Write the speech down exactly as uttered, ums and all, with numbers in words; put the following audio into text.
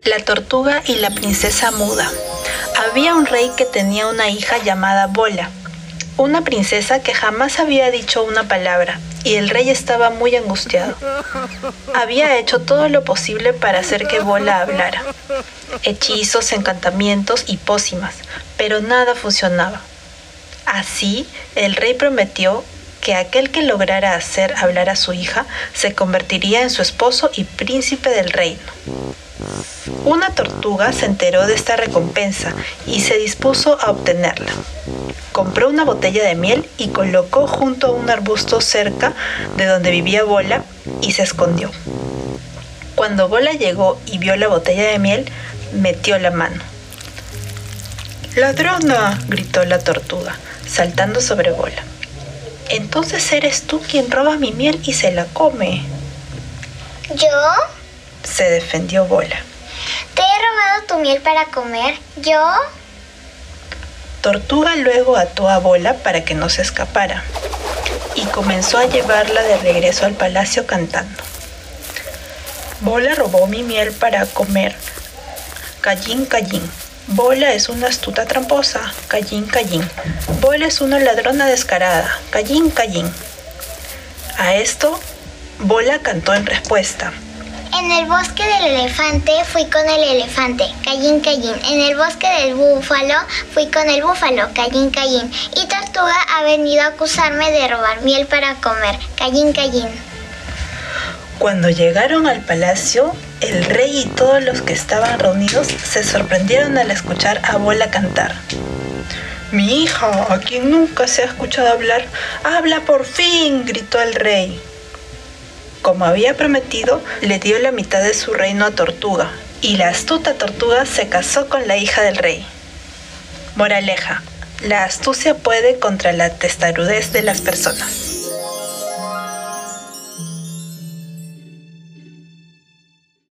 La tortuga y la princesa muda. Había un rey que tenía una hija llamada Bola, una princesa que jamás había dicho una palabra, y el rey estaba muy angustiado. Había hecho todo lo posible para hacer que Bola hablara. Hechizos, encantamientos y pócimas, pero nada funcionaba. Así, el rey prometió que aquel que lograra hacer hablar a su hija se convertiría en su esposo y príncipe del reino. Una tortuga se enteró de esta recompensa y se dispuso a obtenerla. Compró una botella de miel y colocó junto a un arbusto cerca de donde vivía Bola y se escondió. Cuando Bola llegó y vio la botella de miel, metió la mano. ¡Ladrona!, gritó la tortuga, saltando sobre Bola. Entonces eres tú quien roba mi miel y se la come. ¿Yo? Se defendió Bola. ¿Te he robado tu miel para comer? ¿Yo? Tortuga luego ató a Bola para que no se escapara y comenzó a llevarla de regreso al palacio cantando. Bola robó mi miel para comer. Callín, callín. Bola es una astuta tramposa. Callín, callín. Bola es una ladrona descarada. Callín, callín. A esto, Bola cantó en respuesta. En el bosque del elefante fui con el elefante, callín, callín. En el bosque del búfalo fui con el búfalo, callín, callín. Y Tortuga ha venido a acusarme de robar miel para comer, callín, callín. Cuando llegaron al palacio, el rey y todos los que estaban reunidos se sorprendieron al escuchar a Bola cantar. Mi hija, a quien nunca se ha escuchado hablar, habla por fin, gritó el rey. Como había prometido, le dio la mitad de su reino a Tortuga, y la astuta Tortuga se casó con la hija del rey. Moraleja: la astucia puede contra la testarudez de las personas.